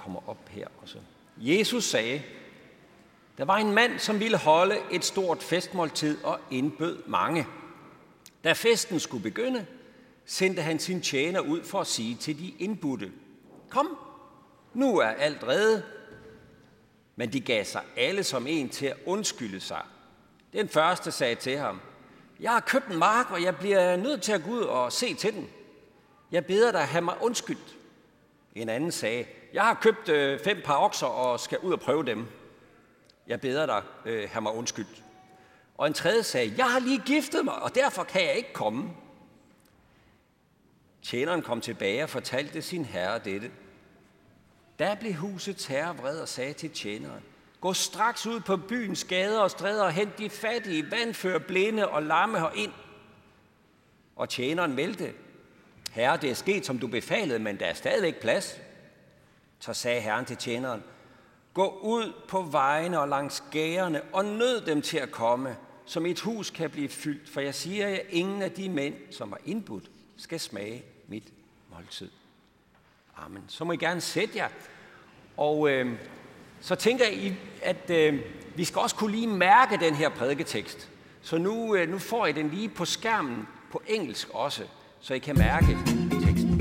kommer op her også. Jesus sagde, der var en mand, som ville holde et stort festmåltid og indbød mange. Da festen skulle begynde, sendte han sin tjener ud for at sige til de indbudte, kom, nu er alt rede. Men de gav sig alle som en til at undskylde sig. Den første sagde til ham, jeg har købt en mark, og jeg bliver nødt til at gå ud og se til den. Jeg beder dig have mig undskyldt. En anden sagde, jeg har købt 5 par okser og skal ud og prøve dem. Jeg beder dig have mig undskyldt. Og en tredje sagde, jeg har lige giftet mig, og derfor kan jeg ikke komme. Tjeneren kom tilbage og fortalte sin herre dette. Da blev husets herre vred og sagde til tjeneren, gå straks ud på byens gader og stræder og hent de fattige, vandfør, blinde og lamme herind. Og tjeneren meldte, herre, det er sket, som du befalede, men der er stadigvæk plads. Så sagde herren til tjeneren, gå ud på vejene og langs gærerne og nød dem til at komme, så mit hus kan blive fyldt, for jeg siger jer, ingen af de mænd, som var indbudt, skal smage mit måltid. Amen. Så må I gerne sætte jer. Og så tænker jeg, at vi skal også kunne lige mærke den her prædiketekst. Så nu får I den lige på skærmen på engelsk også, så I kan mærke teksten.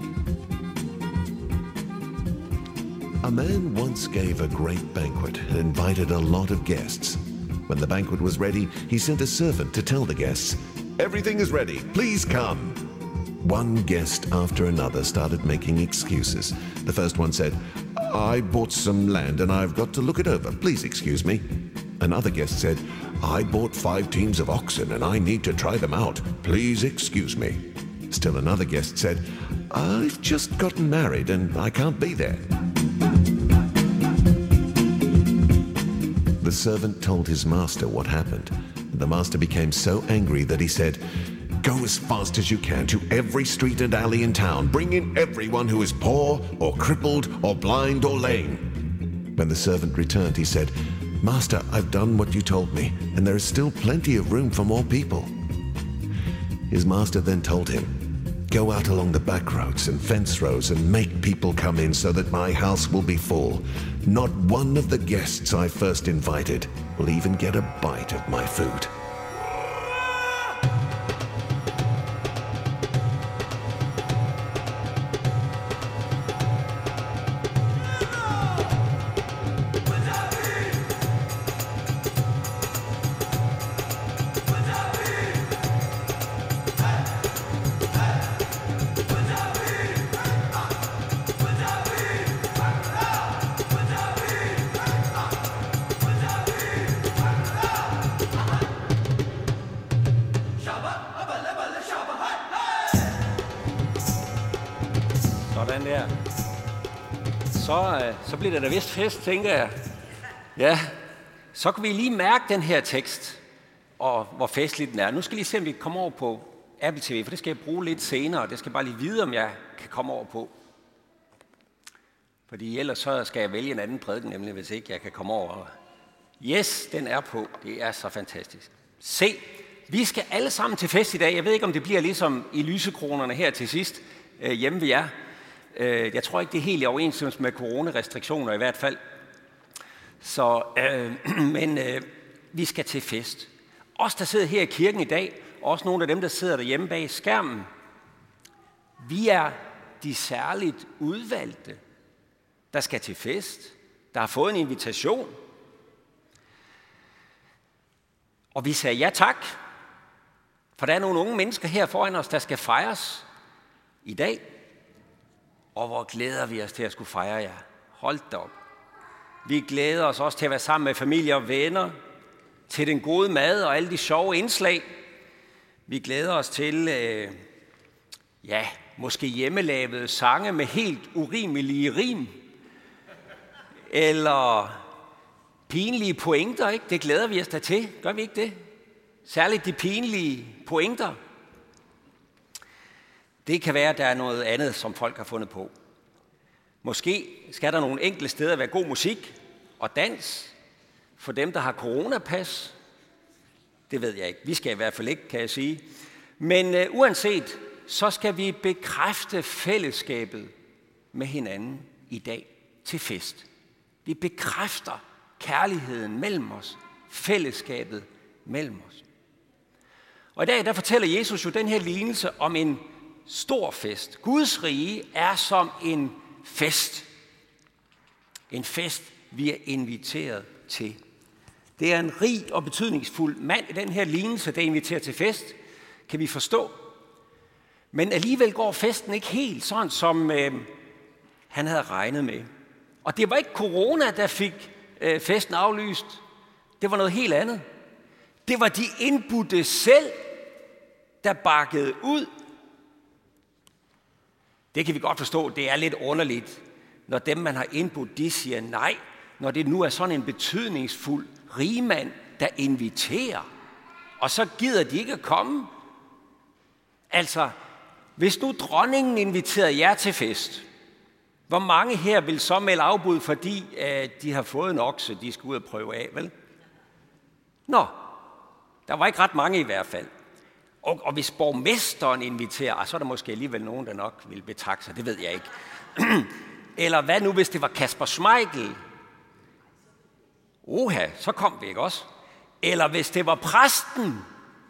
A man once gave a great banquet and invited a lot of guests. When the banquet was ready, he sent a servant to tell the guests, everything is ready, please come. One guest after another started making excuses. The first one said, I bought some land and I've got to look it over. Please excuse me. Another guest said, I bought 5 teams of oxen and I need to try them out. Please excuse me. Still another guest said, I've just gotten married and I can't be there. The servant told his master what happened. The master became so angry that he said, go as fast as you can to every street and alley in town. Bring in everyone who is poor or crippled or blind or lame. When the servant returned, he said, Master, I've done what you told me, and there is still plenty of room for more people. His master then told him, go out along the back roads and fence rows and make people come in so that my house will be full. Not one of the guests I first invited will even get a bite of my food. Sådan der. Så bliver det da vist fest, tænker jeg. Ja, så kan vi lige mærke den her tekst, og hvor festlig den er. Nu skal I lige se, om vi kan komme over på Apple TV, for det skal jeg bruge lidt senere. Det skal jeg bare lige vide, om jeg kan komme over på. Fordi ellers så skal jeg vælge en anden prædiken, nemlig hvis ikke jeg kan komme over. Yes, den er på. Det er så fantastisk. Se, vi skal alle sammen til fest i dag. Jeg ved ikke, om det bliver ligesom i lysekronerne her til sidst hjemme ved jer. Jeg tror ikke, det er helt i overensstemmelse med coronarestriktioner i hvert fald. Så, men vi skal til fest. Os, der sidder her i kirken i dag, og også nogle af dem, der sidder derhjemme bag skærmen, vi er de særligt udvalgte, der skal til fest, der har fået en invitation. Og vi sagde ja tak, for der er nogle unge mennesker her foran os, der skal fejres i dag. Og hvor glæder vi os til at skulle fejre jer. Hold da op. Vi glæder os også til at være sammen med familie og venner, til den gode mad og alle de sjove indslag. Vi glæder os til, måske hjemmelavede sange med helt urimelige rim. Eller pinlige pointer, ikke? Det glæder vi os da til. Gør vi ikke det? Særligt de pinlige pointer. Det kan være, at der er noget andet, som folk har fundet på. Måske skal der nogle enkelte steder være god musik og dans for dem, der har coronapas. Det ved jeg ikke. Vi skal i hvert fald ikke, kan jeg sige. Men uanset, så skal vi bekræfte fællesskabet med hinanden i dag til fest. Vi bekræfter kærligheden mellem os, fællesskabet mellem os. Og i dag, der fortæller Jesus jo den her lignelse om en stor fest. Guds rige er som en fest. En fest, vi er inviteret til. Det er en rig og betydningsfuld mand i den her lignelse, der inviterer til fest, kan vi forstå. Men alligevel går festen ikke helt sådan, som han havde regnet med. Og det var ikke corona, der fik festen aflyst. Det var noget helt andet. Det var de indbudte selv, der bakkede ud. Det kan vi godt forstå, det er lidt underligt, når dem, man har indbudt, de siger nej, når det nu er sådan en betydningsfuld rigmand, der inviterer, og så gider de ikke at komme. Altså, hvis nu dronningen inviterede jer til fest, hvor mange her vil så melde afbud, fordi de har fået en okse, de skal ud og prøve af, vel? Nå, der var ikke ret mange i hvert fald. Og hvis borgmesteren inviterer, så er der måske alligevel nogen, der nok vil betakke sig, det ved jeg ikke. Eller hvad nu, hvis det var Kasper Schmeichel? Så kom vi ikke også. Eller hvis det var præsten,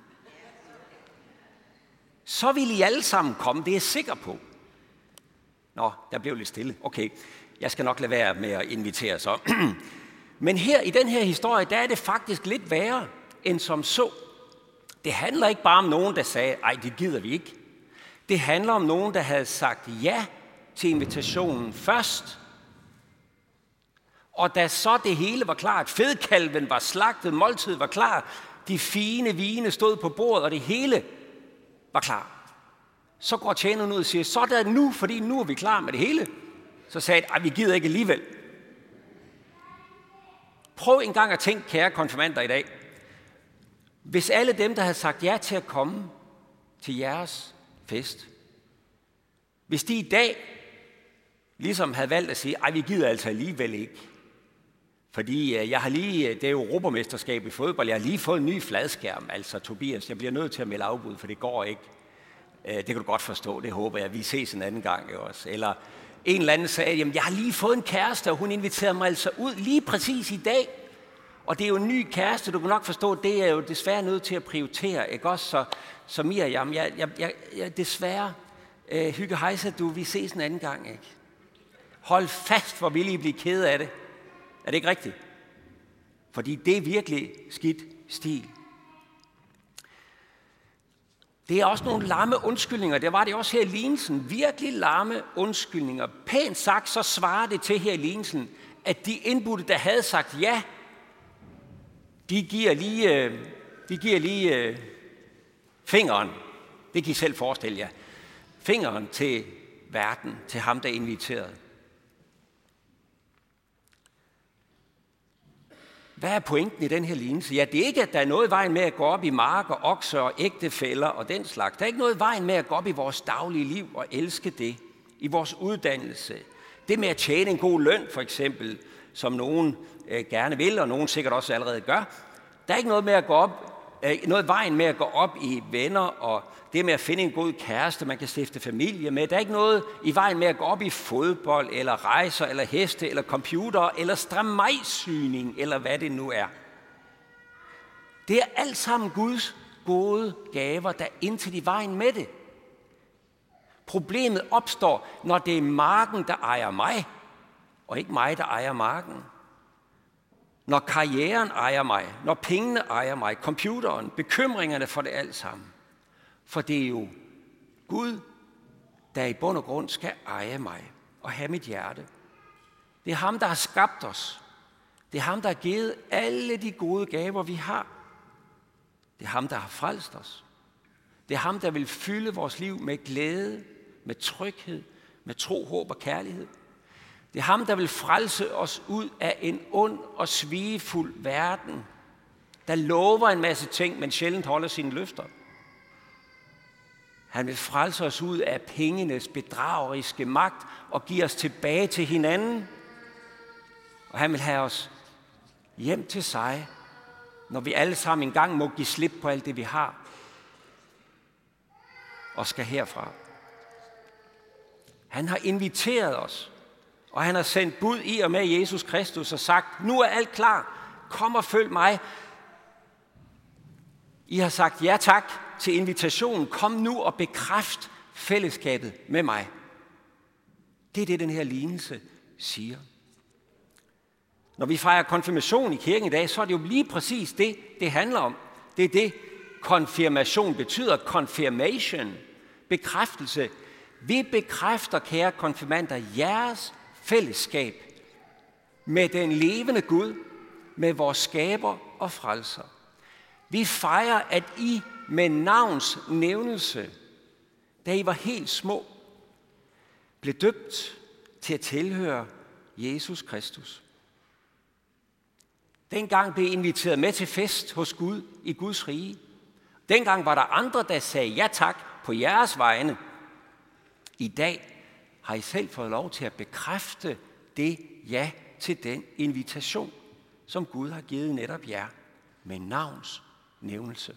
så ville I alle sammen komme, det er jeg sikker på. Nå, der blev lidt stille. Okay, jeg skal nok lade være med at invitere så. Men her i den her historie, der er det faktisk lidt værre end som så. Det handler ikke bare om nogen, der sagde, ej, det gider vi ikke. Det handler om nogen, der havde sagt ja til invitationen først. Og da så det hele var klart, fedkalven var slagtet, måltidet var klar, de fine vine stod på bordet, og det hele var klar. Så går tjeneren ud og siger, så er det nu, fordi nu er vi klar med det hele. Så sagde de, vi gider ikke alligevel. Prøv en gang at tænke, kære konfirmander i dag. Hvis alle dem, der havde sagt ja til at komme til jeres fest, hvis de i dag ligesom havde valgt at sige, vi gider altså alligevel ikke. Fordi jeg har lige, det er jo europamesterskab i fodbold, jeg har lige fået en ny fladskærm, altså Tobias, jeg bliver nødt til at melde afbud, for det går ikke. Det kan du godt forstå, det håber jeg, vi ses en anden gang også. Eller en eller anden sagde, jamen jeg har lige fået en kæreste, og hun inviterede mig altså ud lige præcis i dag. Og det er jo en ny kæreste, du kan nok forstå, det er jo desværre nødt til at prioritere, ikke også? Så Miriam, jeg desværre, hygge hejse, vi ses en anden gang, ikke? Hold fast, hvor vil I blive kede af det. Er det ikke rigtigt? Fordi det er virkelig skidt stil. Det er også nogle lamme undskyldninger. Det var det også her i lignelsen. Virkelig lamme undskyldninger. Pænt sagt, så svarer det til her i lignelsen, at de indbudte, der havde sagt ja, de giver lige fingeren. Det kan I selv forestille jer. Fingeren til verden, til ham, der er inviteret. Hvad er pointen i den her lignelse? Ja, det er ikke, at der er noget i vejen med at gå op i marker, okser og ægtefæller og den slags. Der er ikke noget i vejen med at gå op i vores daglige liv og elske det. I vores uddannelse. Det med at tjene en god løn, for eksempel, som nogen gerne vil, og nogen sikkert også allerede gør. Der er ikke noget i vejen med at gå op i venner, og det med at finde en god kæreste, man kan stifte familie med. Der er ikke noget i vejen med at gå op i fodbold, eller rejser, eller heste, eller computer, eller stramajsyning, eller hvad det nu er. Det er alt sammen Guds gode gaver, der er intet i vejen med det. Problemet opstår, når det er marken, der ejer mig, og ikke mig, der ejer marken. Når karrieren ejer mig, når pengene ejer mig, computeren, bekymringerne for det alt sammen. For det er jo Gud, der i bund og grund skal eje mig og have mit hjerte. Det er ham, der har skabt os. Det er ham, der har givet alle de gode gaver, vi har. Det er ham, der har frelst os. Det er ham, der vil fylde vores liv med glæde, med tryghed, med tro, håb og kærlighed. Det er ham, der vil frelse os ud af en ond og svigefuld verden, der lover en masse ting, men sjældent holder sine løfter. Han vil frelse os ud af pengenes bedrageriske magt og give os tilbage til hinanden. Og han vil have os hjem til sig, når vi alle sammen engang må give slip på alt det, vi har, og skal herfra. Han har inviteret os Og han har sendt bud i og med Jesus Kristus og sagt, nu er alt klar. Kom og følg mig. I har sagt ja tak til invitationen. Kom nu og bekræft fællesskabet med mig. Det er det, den her lignelse siger. Når vi fejrer konfirmation i kirken i dag, så er det jo lige præcis det, det handler om. Det er det, konfirmation betyder. Confirmation. Bekræftelse. Vi bekræfter, kære konfirmander, jeres fællesskab med den levende Gud, med vores skaber og frelser. Vi fejrer, at I med navns nævnelse, da I var helt små, blev døbt til at tilhøre Jesus Kristus. Dengang blev I inviteret med til fest hos Gud i Guds rige. Dengang var der andre, der sagde ja tak på jeres vegne. I dag har I selv fået lov til at bekræfte det ja til den invitation, som Gud har givet netop jer med navns nævnelse.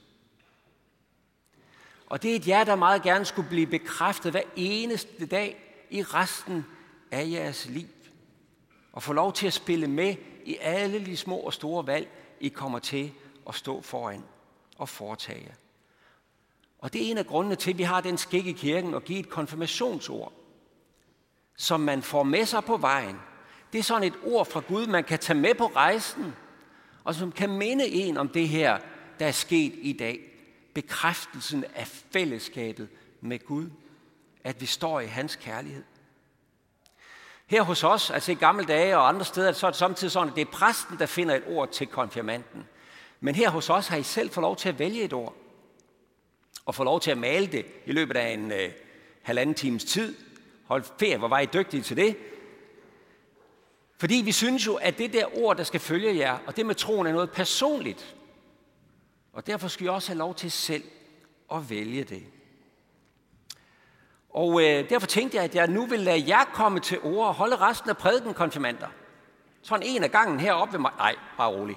Og det er et ja, der meget gerne skulle blive bekræftet hver eneste dag i resten af jeres liv. Og få lov til at spille med i alle de små og store valg, I kommer til at stå foran og foretage. Og det er en af grundene til, at vi har den skik i kirken at give et konfirmationsord, som man får med sig på vejen. Det er sådan et ord fra Gud, man kan tage med på rejsen, og som kan minde en om det her, der er sket i dag. Bekræftelsen af fællesskabet med Gud, at vi står i hans kærlighed. Her hos os, altså i gamle dage og andre steder, så er det samtidig sådan, at det er præsten, der finder et ord til konfirmanden. Men her hos os har I selv fået lov til at vælge et ord, og få lov til at male det i løbet af en halvanden times tid. Hold ferie, hvor var I dygtige til det? Fordi vi synes jo, at det der ord, der skal følge jer, og det med troen er noget personligt. Og derfor skal I også have lov til selv at vælge det. Og derfor tænkte jeg, at jeg nu vil lade jer komme til ord og holde resten af prædiken, konfirmander. Sådan en af gangen heroppe ved mig. Nej, bare rolig.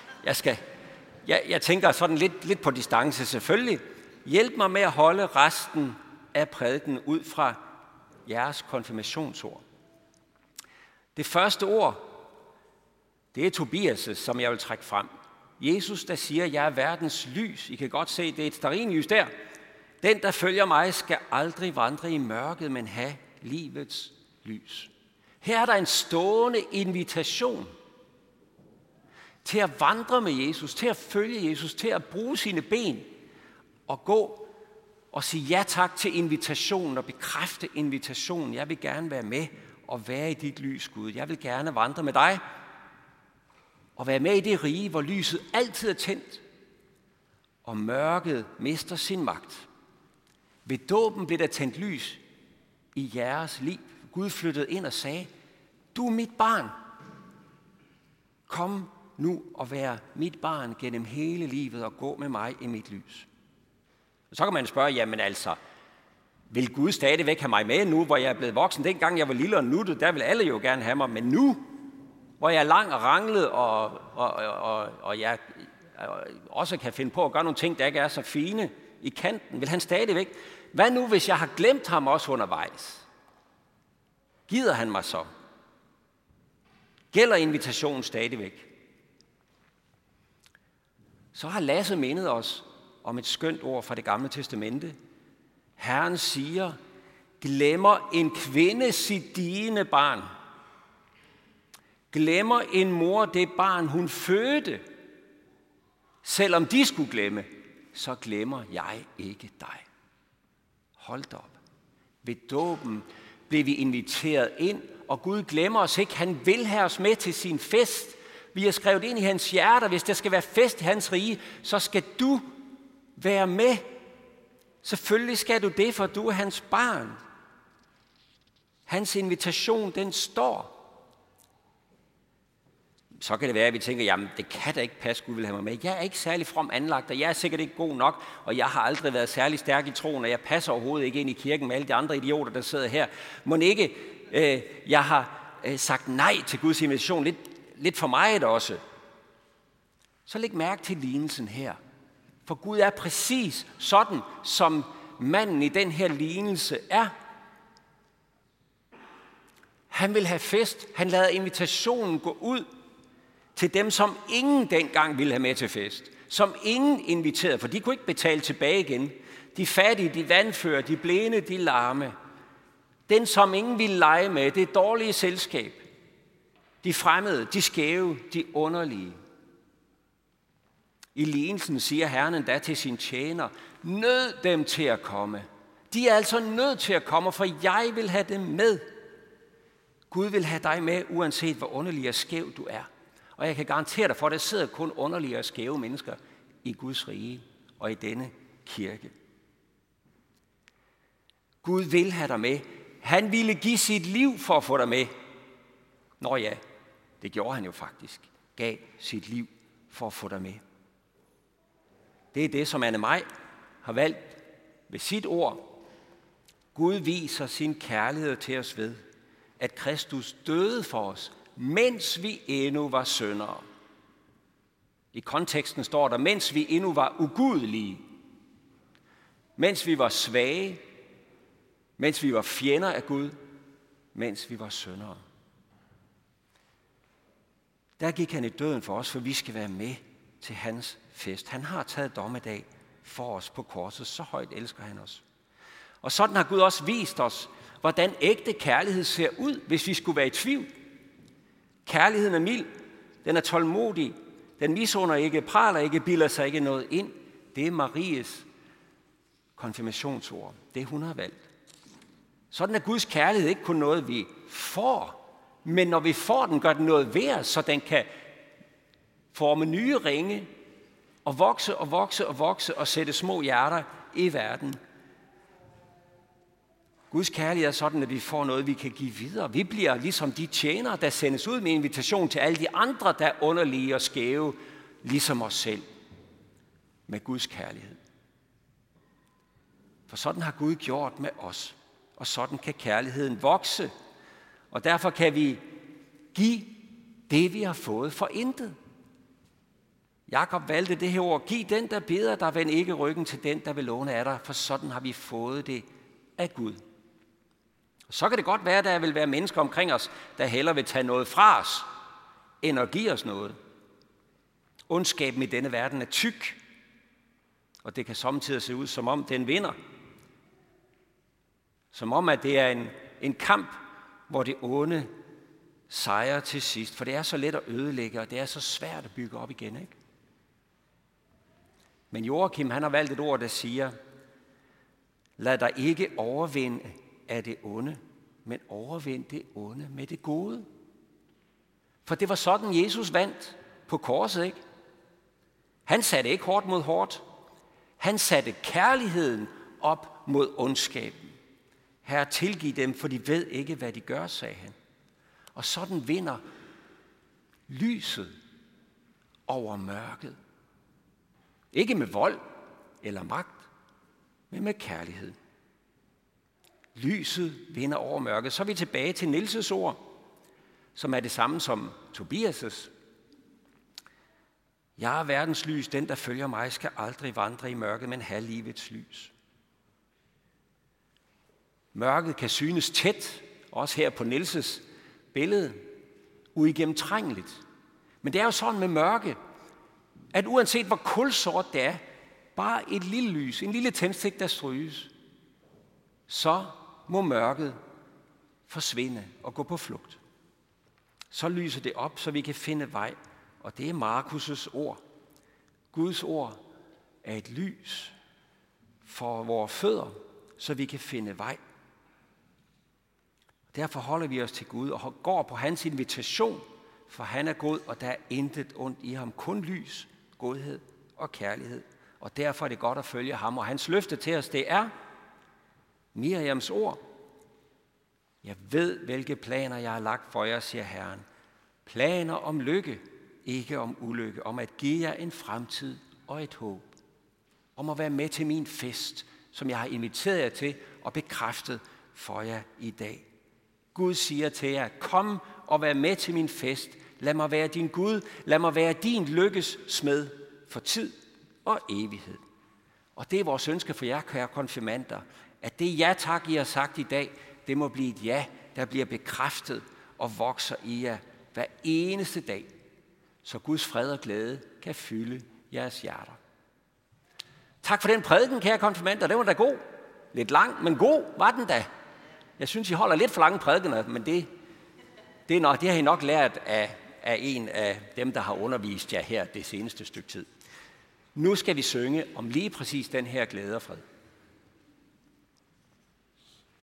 Jeg tænker sådan lidt på distance selvfølgelig. Hjælp mig med at holde resten af prædiken ud fra jeres konfirmationsord. Det første ord, det er Tobias', som jeg vil trække frem. Jesus, der siger, jeg er verdens lys. I kan godt se, det er et stearinlys der. Den, der følger mig, skal aldrig vandre i mørket, men have livets lys. Her er der en stående invitation til at vandre med Jesus, til at følge Jesus, til at bruge sine ben og gå og sige ja tak til invitationen og bekræfte invitationen. Jeg vil gerne være med og være i dit lys, Gud. Jeg vil gerne vandre med dig og være med i det rige, hvor lyset altid er tændt og mørket mister sin magt. Ved dåben blev der tændt lys i jeres liv. Gud flyttede ind og sagde, du er mit barn. Kom nu og vær mit barn gennem hele livet og gå med mig i mit lys. Og så kan man spørge, jamen altså, vil Gud stadigvæk have mig med nu, hvor jeg er blevet voksen? Dengang jeg var lille og nuttet, der vil alle jo gerne have mig. Men nu, hvor jeg er lang og ranglet, og jeg også kan finde på at gøre nogle ting, der ikke er så fine i kanten, vil han stadigvæk. Hvad nu, hvis jeg har glemt ham også undervejs? Gider han mig så? Gælder invitationen stadigvæk? Så har Lasse mindet os om et skønt ord fra det gamle testamente. Herren siger, glemmer en kvinde sit diende barn? Glemmer en mor det barn, hun fødte? Selvom de skulle glemme, så glemmer jeg ikke dig. Hold da op. Ved dåben blev vi inviteret ind, og Gud glemmer os ikke. Han vil have os med til sin fest. Vi har skrevet ind i hans hjerte, hvis der skal være fest i hans rige, så skal du være med. Selvfølgelig skal du det, for du er hans barn. Hans invitation, den står. Så kan det være, at vi tænker, jamen det kan da ikke passe, Gud vil have mig med. Jeg er ikke særlig from anlagt, og jeg er sikkert ikke god nok, og jeg har aldrig været særlig stærk i troen, og jeg passer overhovedet ikke ind i kirken med alle de andre idioter, der sidder her. Må ikke, jeg har sagt nej til Guds invitation, lidt for meget også. Så læg mærke til lignelsen her. For Gud er præcis sådan, som manden i den her lignelse er. Han vil have fest. Han lader invitationen gå ud til dem, som ingen dengang ville have med til fest. Som ingen inviterede, for de kunne ikke betale tilbage igen. De fattige, de vandfører, de blinde, de larme. Den, som ingen ville lege med, det dårlige selskab. De fremmede, de skæve, de underlige. I lignelsen siger Herren endda til sin tjener, nød dem til at komme. De er altså nødt til at komme, for jeg vil have dem med. Gud vil have dig med, uanset hvor underlig og skæv du er. Og jeg kan garantere dig for, at der sidder kun underlige og skæve mennesker i Guds rige og i denne kirke. Gud vil have dig med. Han ville give sit liv for at få dig med. Nå ja, det gjorde han jo faktisk. Gav sit liv for at få dig med. Det er det, som Anne Maj har valgt ved sit ord. Gud viser sin kærlighed til os ved, at Kristus døde for os, mens vi endnu var syndere. I konteksten står der, mens vi endnu var ugudelige, mens vi var svage, mens vi var fjender af Gud, mens vi var syndere. Der gik han i døden for os, for vi skal være med til hans fest. Han har taget dommedag for os på korset. Så højt elsker han os. Og sådan har Gud også vist os, hvordan ægte kærlighed ser ud, hvis vi skulle være i tvivl. Kærligheden er mild, den er tålmodig, den misunder ikke, praler ikke, bilder sig ikke noget ind. Det er Maries konfirmationsord. Det hun har valgt. Sådan er Guds kærlighed ikke kun noget, vi får, men når vi får den, gør den noget ved os, så den kan forme nye ringe og vokse og vokse og vokse og sætte små hjerter i verden. Guds kærlighed er sådan, at vi får noget, vi kan give videre. Vi bliver ligesom de tjenere, der sendes ud med invitation til alle de andre, der er underlige og skæve, ligesom os selv, med Guds kærlighed. For sådan har Gud gjort med os, og sådan kan kærligheden vokse. Og derfor kan vi give det, vi har fået for intet. Jakob valgte det her ord, giv den, der beder dig, vend ikke ryggen til den, der vil låne af dig, for sådan har vi fået det af Gud. Så kan det godt være, at der vil være mennesker omkring os, der hellere vil tage noget fra os, end at give os noget. Ondskaben i denne verden er tyk, og det kan samtidig se ud, som om den vinder. Som om, at det er en kamp, hvor det onde sejrer til sidst. For det er så let at ødelægge, og det er så svært at bygge op igen, ikke? Men Joachim, han har valgt et ord, der siger, lad dig ikke overvinde af det onde, men overvind det onde med det gode. For det var sådan, Jesus vandt på korset, ikke? Han satte ikke hårdt mod hårdt. Han satte kærligheden op mod ondskaben. Herre, tilgiv dem, for de ved ikke, hvad de gør, sagde han. Og sådan vinder lyset over mørket. Ikke med vold eller magt, men med kærlighed. Lyset vinder over mørket. Så er vi tilbage til Niels' ord, som er det samme som Tobias'. Jeg er verdens lys, den der følger mig, skal aldrig vandre i mørket, men have livets lys. Mørket kan synes tæt, også her på Niels' billede, uigennemtrængeligt. Men det er jo sådan med mørke, at uanset hvor kulsort det er, bare et lille lys, en lille tændstik, der stryges, så må mørket forsvinde og gå på flugt. Så lyser det op, så vi kan finde vej. Og det er Markus' ord. Guds ord er et lys for vores fødder, så vi kan finde vej. Derfor holder vi os til Gud og går på hans invitation, for han er god, og der er intet ondt i ham. Kun lys, godhed og kærlighed. Og derfor er det godt at følge ham. Og hans løfte til os, det er Miriams ord. Jeg ved, hvilke planer jeg har lagt for jer, siger Herren. Planer om lykke, ikke om ulykke. Om at give jer en fremtid og et håb. Om at være med til min fest, som jeg har inviteret jer til og bekræftet for jer i dag. Gud siger til jer, kom og vær med til min fest. Lad mig være din Gud. Lad mig være din lykkes smed for tid og evighed. Og det er vores ønske for jer, kære konfirmander, at det ja tak, I har sagt i dag, det må blive et ja der bliver bekræftet og vokser i jer hver eneste dag, så Guds fred og glæde kan fylde jeres hjerter. Tak for den prædiken, kære konfirmander. Den var da god. Lidt lang, men god var den da. Jeg synes, I holder lidt for lange prædikener, men det har I nok lært af en af dem, der har undervist jer her det seneste stykke tid. Nu skal vi synge om lige præcis den her glæde og fred.